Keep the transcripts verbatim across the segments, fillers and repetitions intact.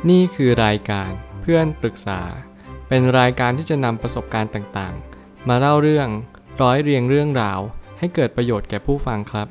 นี่คือรายการเพื่อนปรึกษาเป็นรายการที่จะนำประสบการณ์ต่างๆมาเล่าเรื่องร้อยเรียงเรื่องราวให้เกิดประโยชน์แก่ผู้ฟังครับ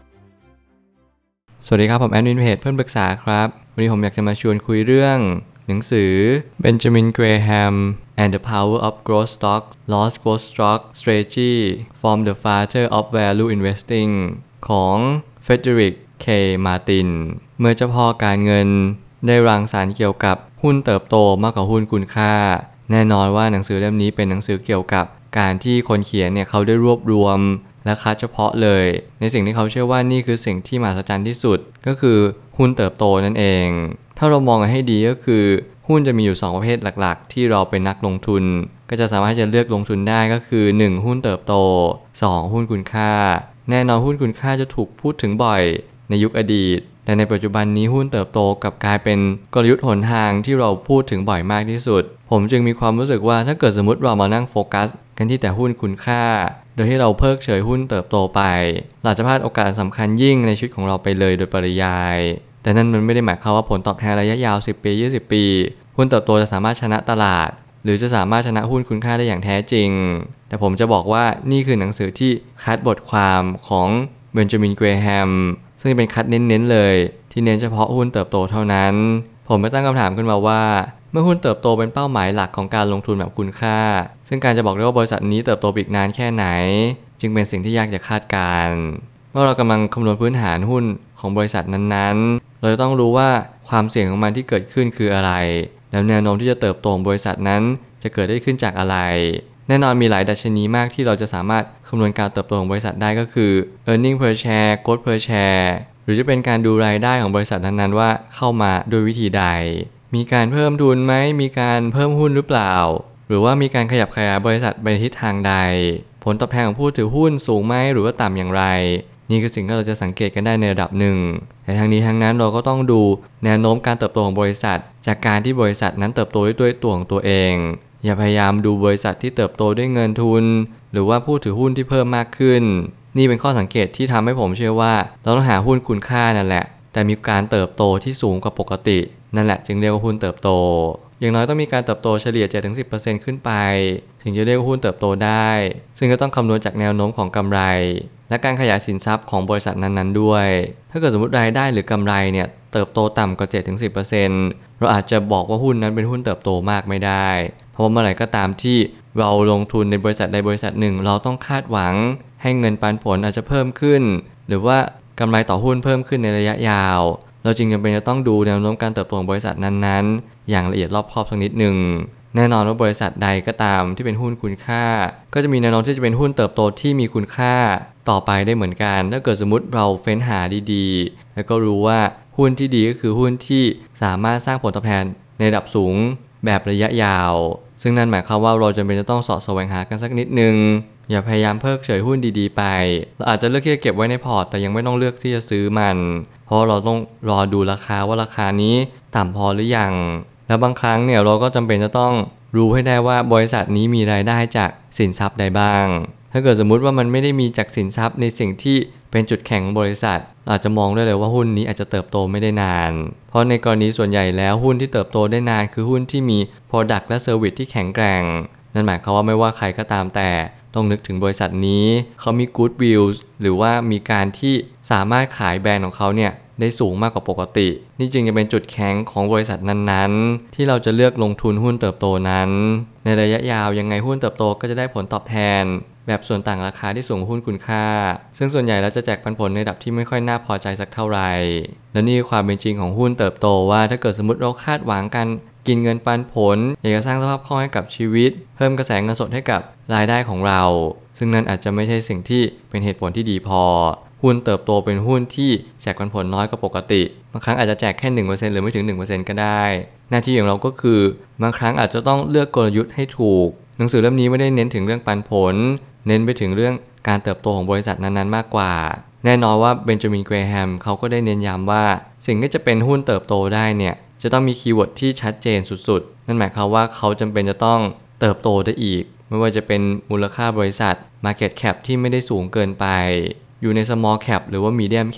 สวัสดีครับผมแอดมินเพจเพื่อนปรึกษาครับวันนี้ผมอยากจะมาชวนคุยเรื่องหนังสือ Benjamin Graham and the Power of Growth Stock Lost Growth Stock Strategy from the Father of Value Investing ของ Frederick K. Martin เมื่อเจ้าพ่อการเงินได้รังสรรค์เกี่ยวกับหุ้นเติบโตมากกว่าหุ้นคุณค่าแน่นอนว่าหนังสือเล่มนี้เป็นหนังสือเกี่ยวกับการที่คนเขียนเนี่ยเขาได้รวบรวมและคัดเฉพาะเลยในสิ่งที่เขาเชื่อว่านี่คือสิ่งที่มหัศจรรย์ที่สุดก็คือหุ้นเติบโตนั่นเองถ้าเรามองกันให้ดีก็คือหุ้นจะมีอยู่สองประเภทหลักๆที่เราเป็นนักลงทุนก็จะสามารถจะเลือกลงทุนได้ก็คือหนึ่งหุ้นเติบโตสองหุ้นคุณค่าแน่นอนหุ้นคุณค่าจะถูกพูดถึงบ่อยในยุคอดีตแต่ในปัจจุบันนี้หุ้นเติบโตกลับกลายเป็นกลยุทธ์หนทางที่เราพูดถึงบ่อยมากที่สุดผมจึงมีความรู้สึกว่าถ้าเกิดสมมติเรามานั่งโฟกัสกันที่แต่หุ้นคุณค่าโดยที่เราเพิกเฉยหุ้นเติบโตไปเราจะพลาดโอกาสสำคัญยิ่งในชีวิตของเราไปเลยโดยปริยายแต่นั่นมันไม่ได้หมายความว่าผลตอบแทนระยะยาวสิบปียี่สิบปีหุ้นเติบโตจะสามารถชนะตลาดหรือจะสามารถชนะหุ้นคุณค่าได้อย่างแท้จริงแต่ผมจะบอกว่านี่คือหนังสือที่คัดบทความของเบนจามิน เกรแฮมซึ่งเป็นคัดเน้นๆเลยที่เน้นเฉพาะหุ้นเติบโตเท่านั้นผมไปตั้งคำถามขึ้นมาว่าเมื่อหุ้นเติบโตเป็นเป้าหมายหลักของการลงทุนแบบคุณค่าซึ่งการจะบอกได้ว่าบริษัทนี้เติบโตอีกนานแค่ไหนจึงเป็นสิ่งที่ยากจะคาดการณ์เมื่อเรากำลังคำนวณพื้นฐานหุ้นของบริษัทนั้นๆเราจะต้องรู้ว่าความเสี่ยงของมันที่เกิดขึ้นคืออะไรแล้วแนวโน้มที่จะเติบโตของบริษัทนั้นจะเกิดได้ขึ้นจากอะไรแน่นอนมีหลายดัชนีมากที่เราจะสามารถคำนวณการเติบโตของบริษัทได้ก็คือ earning per share growth per share หรือจะเป็นการดูรายได้ของบริษัทนั้นๆว่าเข้ามาโดยวิธีใดมีการเพิ่มทุนไหมมีการเพิ่มหุ้นหรือเปล่าหรือว่ามีการขยับขยายบริษัทไปทิศทางใดผลตอบแทนของผู้ถือหุ้นสูงไหมหรือว่าต่ำอย่างไรนี่คือสิ่งที่เราจะสังเกตกันได้ในระดับหนึ่งแต่ทั้งนี้ทั้งนั้นเราก็ต้องดูแนวโน้มการเติบโตของบริษัทจากการที่บริษัทนั้นเติบโตด้วยตัวของตัวเองอย่าพยายามดูบริษัทที่เติบโตด้วยเงินทุนหรือว่าผู้ถือหุ้นที่เพิ่มมากขึ้นนี่เป็นข้อสังเกตที่ทำให้ผมเชื่อว่าเราต้องหาหุ้นคุณค่านั่นแหละแต่มีการเติบโตที่สูงกว่าปกตินั่นแหละจึงเรียกว่าหุ้นเติบโตอย่างน้อยต้องมีการเติบโตเฉลี่ย เจ็ดถึงสิบเปอร์เซ็นต์ ขึ้นไปถึงจะเรียกว่าหุ้นเติบโตได้ซึ่งก็ต้องคำนวณจากแนวโน้มของกำไรและการขยายสินทรัพย์ของบริษัทนั้นๆด้วยถ้าเกิดสมมติรายได้หรือกำไรเนี่ยเติบโตต่ำกว่า เจ็ดถึงสิบเปอร์เซ็นต์ เราอาจจะบอกว่าหุ้นนั้นเป็นหุ้นเติบโตมากไม่ได้เพราะว่าเมื่อไหร่ก็ตามที่เราลงทุนในบริษัทใดบริษัทหนึ่งเราต้องคาดหวังให้เงินปันผลอาจจะเพิ่มขึ้นหรือว่ากำไรต่อหุ้นเพิ่มขึ้นในระยะยาวเราจึงจำเป็นจะต้องดูแนวโน้มการเติบโตของบริษัทนั้นๆอย่างละเอียดรอบคอบสักนิดหนึ่งแน่นอนว่าบริษัทใดก็ตามที่เป็นหุ้นคุณค่าก็จะมีแนวโน้มที่จะเป็นหุ้นเติบโตที่มีคุณค่าต่อไปได้เหมือนกันถ้าเกิดสมมติเราเฟ้นหาดีๆแล้วก็รู้ว่าหุ้นที่ดีก็คือหุ้นที่สามารถสร้างผลตอบแทนในระดับสูงแบบระยะยาวซึ่งนั่นหมายความว่าเราจำเป็นจะต้องเสาะแสวงหากันสักนิดนึงอย่าพยายามเพิกเฉยหุ้นดีๆไปเราอาจจะเลือกที่จะเก็บไว้ในพอร์ตแต่ยังไม่ต้องเลือกที่จะซื้อมันเพราะเราต้องรอดูราคาว่าราคานี้ต่ำพอหรือยังแล้วบางครั้งเนี่ยเราก็จำเป็นจะต้องรู้ให้ได้ว่าบริษัทนี้มีรายได้จากสินทรัพย์ใดบ้างถ้าเกิดสมมุติว่ามันไม่ได้มีจากสินทรัพย์ในสิ่งที่เป็นจุดแข็งของบริษัทเราอาจจะมองได้เลยว่าหุ้นนี้อาจจะเติบโตไม่ได้นานเพราะในกรณีส่วนใหญ่แล้วหุ้นที่เติบโตได้นานคือหุ้นที่มี Product และ Service ที่แข็งแกร่งนั่นหมายความว่าไม่ว่าใครก็ตามแต่ต้องนึกถึงบริษัทนี้เขามี Goodwill หรือว่ามีการที่สามารถขายแบรนด์ของเขาเนี่ยได้สูงมากกว่าปกตินี่จึงจะเป็นจุดแข็งของบริษัทนั้นๆที่เราจะเลือกลงทุนหุ้นเติบโตนั้นในระยะยาวยังไงหุ้นเติบโตก็จะได้ผลตอบแทนแบบส่วนต่างราคาที่สูงหุ้นคุณค่าซึ่งส่วนใหญ่แล้วจะแจกปันผลในระดับที่ไม่ค่อยน่าพอใจสักเท่าไหร่และนี่ความเป็นจริงของหุ้นเติบโตว่าถ้าเกิดสมมติเราคาดหวังกันกินเงินปันผลอยากจะสร้างสภาพคล่องให้กับชีวิตเพิ่มกระแสเงินสดให้กับรายได้ของเราซึ่งนั่นอาจจะไม่ใช่สิ่งที่เป็นเหตุผลที่ดีพอหุ้นเติบโตเป็นหุ้นที่แจกปันผลน้อยกว่าปกติบางครั้งอาจจะแจกแค่ หนึ่งเปอร์เซ็นต์ หรือไม่ถึง หนึ่งเปอร์เซ็นต์ ก็ได้หน้าที่ของเราก็คือบางครั้งอาจจะต้องเลือกกลยุทธ์ให้ถูกหนังสือเล่มนี้ไม่ได้เน้นถึงเรื่องปันผลเน้นไปถึงเรื่องการเติบโตของบริษัทนั้นๆมากกว่าแน่นอนว่าเบนจามิน เกรแฮมเขาก็ได้เน้นย้ำว่าสิ่งที่จะเป็นหุ้นเติบโตได้เนี่ยจะต้องมีคีย์เวิร์ดที่ชัดเจนสุดๆนั่นหมายความว่าเขาจำเป็นจะต้องเติบโตได้อีกไม่ว่าจะเป็นมูลค่าบริษัท Market Cap ที่ไม่ได้สูงเกินไปอยู่ใน Small Cap หรือว่า Medium Cap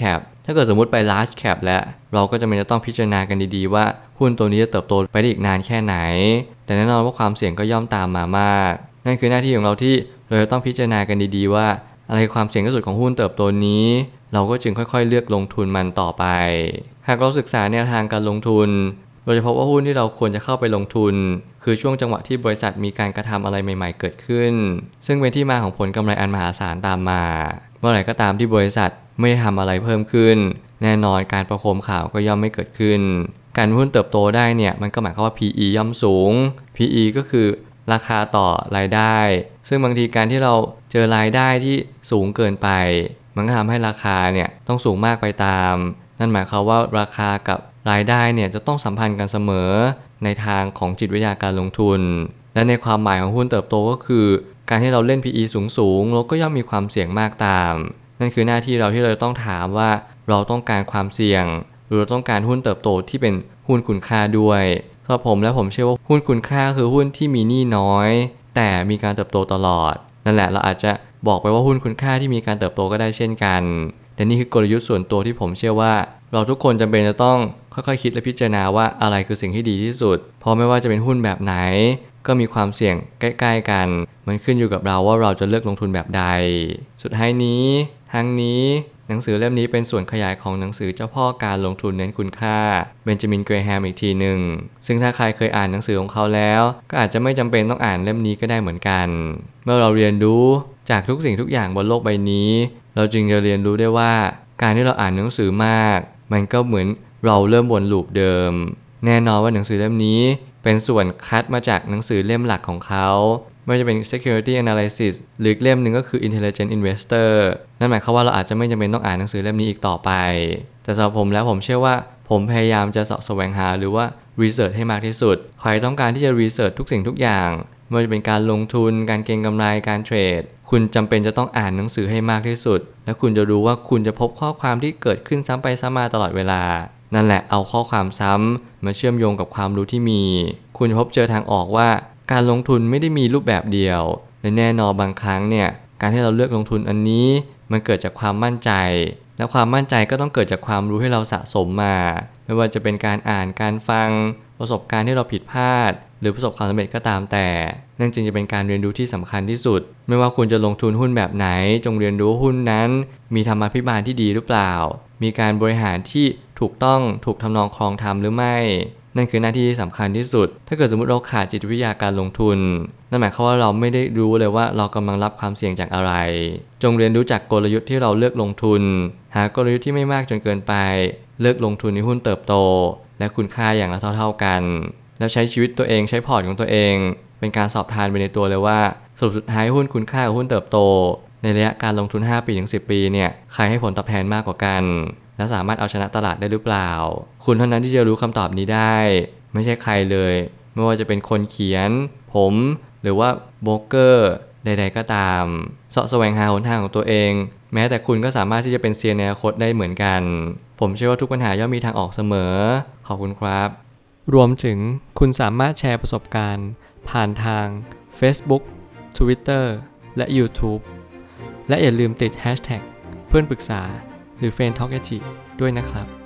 ถ้าเกิดสมมุติไป large cap แล้วเราก็จะไม่จะต้องพิจารณากันดีๆว่าหุ้นตัวนี้จะเติบโตไปได้อีกนานแค่ไหนแต่แน่นอนว่าความเสี่ยงก็ย่อมตามมามากนั่นคือหน้าที่ของเราที่เราจะต้องพิจารณากันดีๆว่าอะไรความเสี่ยงที่สุดของหุ้นเติบโตนี้เราก็จึงค่อยๆเลือกลงทุนมันต่อไปหากเราศึกษาแนวทางการลงทุนเราจะพบว่าหุ้นที่เราควรจะเข้าไปลงทุนคือช่วงจังหวะที่บริษัทมีการกระทำอะไรใหม่ๆเกิดขึ้นซึ่งเป็นที่มาของผลกำไรอันมหาศาลตามมาเมื่อไหร่ก็ตามที่บริษัทไม่ได้ทำอะไรเพิ่มขึ้นแน่นอนการประโคมข่าวก็ย่อมไม่เกิดขึ้นการหุ้นเติบโตได้เนี่ยมันก็หมายความว่า พี อี ย่อมสูง พี อี ก็คือราคาต่อรายได้ซึ่งบางทีการที่เราเจอรายได้ที่สูงเกินไปมันก็ทำให้ราคาเนี่ยต้องสูงมากไปตามนั่นหมายความว่าราคากับรายได้เนี่ยจะต้องสัมพันธ์กันเสมอในทางของจิตวิทยาการลงทุนและในความหมายของหุ้นเติบโตก็คือการที่เราเล่น พี อี สูงๆเราก็ย่อมมีความเสี่ยงมากตามนั่นคือหน้าที่เราที่เราต้องถามว่าเราต้องการความเสี่ยงหรือเราต้องการหุ้นเติบโตที่เป็นหุ้นคุณค่าด้วยสำหรับผมและผมเชื่อว่าหุ้นคุณค่าคือหุ้นที่มีหนี้น้อยแต่มีการเติบโตตลอดนั่นแหละเราอาจจะบอกไปว่าหุ้นคุณค่าที่มีการเติบโตก็ได้เช่นกันแต่นี่คือกลยุทธ์ส่วนตัวที่ผมเชื่อว่าเราทุกคนจำเป็นจะต้องค่อยๆคิดและพิจารณาว่าอะไรคือสิ่งที่ดีที่สุดเพราะไม่ว่าจะเป็นหุ้นแบบไหนก็มีความเสี่ยงใกล้ๆกันมันขึ้นอยู่กับเราว่าเราจะเลือกลงทุนแบบใดสุดท้ายนี้ทั้งนี้หนังสือเล่มนี้เป็นส่วนขยายของหนังสือเจ้าพ่อการลงทุนเน้นคุณค่าเบนจามิน เกรแฮมอีกทีหนึ่งซึ่งถ้าใครเคยอ่านหนังสือของเขาแล้วก็อาจจะไม่จำเป็นต้องอ่านเล่มนี้ก็ได้เหมือนกันเมื่อเราเรียนรู้จากทุกสิ่งทุกอย่างบนโลกใบนี้เราจึงจะเรียนรู้ได้ว่าการที่เราอ่านหนังสือมากมันก็เหมือนเราเริ่มวนลูปเดิมแน่นอนว่าหนังสือเล่มนี้เป็นส่วนคัดมาจากหนังสือเล่มหลักของเขาไม่ว่าจะเป็น security analysis หรือเล่มหนึ่งก็คือ intelligent investor นั่นหมายความว่าเราอาจจะไม่จำเป็นต้องอ่านหนังสือเล่มนี้อีกต่อไปแต่สำหรับผมแล้วผมเชื่อว่าผมพยายามจะเสาะแสวงหาหรือว่า research ให้มากที่สุดใครต้องการที่จะ research ทุกสิ่งทุกอย่างไม่ว่าจะเป็นการลงทุนการเก็งกำไรการเทรดคุณจำเป็นจะต้องอ่านหนังสือให้มากที่สุดและคุณจะรู้ว่าคุณจะพบข้อความที่เกิดขึ้นซ้ำไปซ้ำมาตลอดเวลานั่นแหละเอาข้อความซ้ำมาเชื่อมโยงกับความรู้ที่มีคุณจะพบเจอทางออกว่าการลงทุนไม่ได้มีรูปแบบเดียวและแน่นอนบางครั้งเนี่ยการที่เราเลือกลงทุนอันนี้มันเกิดจากความมั่นใจและความมั่นใจก็ต้องเกิดจากความรู้ที่เราสะสมมาไม่ว่าจะเป็นการอ่านการฟังประสบการณ์ที่เราผิดพลาดหรือประสบความสำเร็จก็ตามแต่นั่นจึงจะเป็นการเรียนรู้ที่สำคัญที่สุดไม่ว่าคุณจะลงทุนหุ้นแบบไหนจงเรียนรู้หุ้นนั้นมีธรรมาภิบาลที่ดีหรือเปล่ามีการบริหารที่ถูกต้องถูกทำนองครองธรรมหรือไม่นั่นคือหน้าที่ที่สำคัญที่สุดถ้าเกิดสมมติเราขาดจิตวิทยาการลงทุนนั่นหมายความว่าเราไม่ได้รู้เลยว่าเรากำลังรับความเสี่ยงจากอะไรจงเรียนรู้จากกลยุทธ์ที่เราเลือกลงทุนหากลยุทธ์ที่ไม่มากจนเกินไปเลือกลงทุนในหุ้นเติบโตและคุณค่าอย่างละเท่าๆกันแล้วใช้ชีวิตตัวเองใช้พอร์ตของตัวเองเป็นการสอบทานไปในตัวเลยว่าสรุปสุดท้ายหุ้นคุณค่ากับหุ้นเติบโตในระยะการลงทุนห้าปีถึงสิบปีเนี่ยใครให้ผลตอบแทนมากกว่ากันและสามารถเอาชนะตลาดได้หรือเปล่าคุณเท่านั้นที่จะรู้คำตอบนี้ได้ไม่ใช่ใครเลยไม่ว่าจะเป็นคนเขียนผมหรือว่าโบรกเกอร์ใดๆก็ตามเสาะแสวงหาหนทางของตัวเองแม้แต่คุณก็สามารถที่จะเป็นเซียนในอนาคตได้เหมือนกันผมเชื่อว่าทุกปัญหาย่อมมีทางออกเสมอขอบคุณครับรวมถึงคุณสามารถแชร์ประสบการณ์ผ่านทาง Facebook Twitter และ YouTube และอย่าลืมติด แฮชแท็ก เพื่อนปรึกษาหรือ เฟรนด์ ทอล์ก ด้วยนะครับ